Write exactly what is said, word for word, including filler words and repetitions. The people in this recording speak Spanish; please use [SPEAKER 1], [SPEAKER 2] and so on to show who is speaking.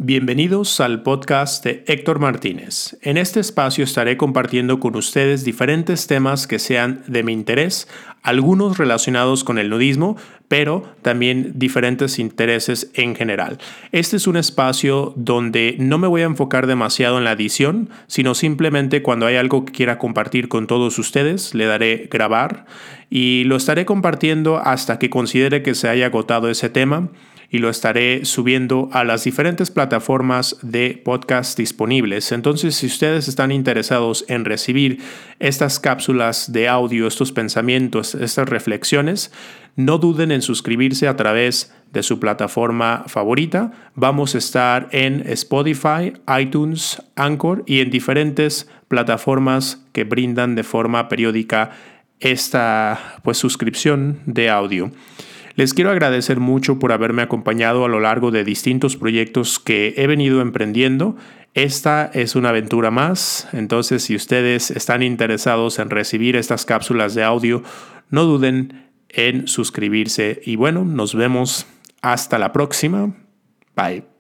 [SPEAKER 1] Bienvenidos al podcast de Héctor Martínez. En este espacio estaré compartiendo con ustedes diferentes temas que sean de mi interés, algunos relacionados con el nudismo, pero también diferentes intereses en general. Este es un espacio donde no me voy a enfocar demasiado en la edición, sino simplemente cuando hay algo que quiera compartir con todos ustedes, le daré grabar y lo estaré compartiendo hasta que considere que se haya agotado ese tema. Y lo estaré subiendo a las diferentes plataformas de podcast disponibles. Entonces, si ustedes están interesados en recibir estas cápsulas de audio, estos pensamientos, estas reflexiones, no duden en suscribirse a través de su plataforma favorita. Vamos a estar en Spotify, iTunes, Anchor y en diferentes plataformas que brindan de forma periódica esta pues, suscripción de audio. Les quiero agradecer mucho por haberme acompañado a lo largo de distintos proyectos que he venido emprendiendo. Esta es una aventura más, entonces si ustedes están interesados en recibir estas cápsulas de audio, no duden en suscribirse. Y bueno, nos vemos hasta la próxima. Bye.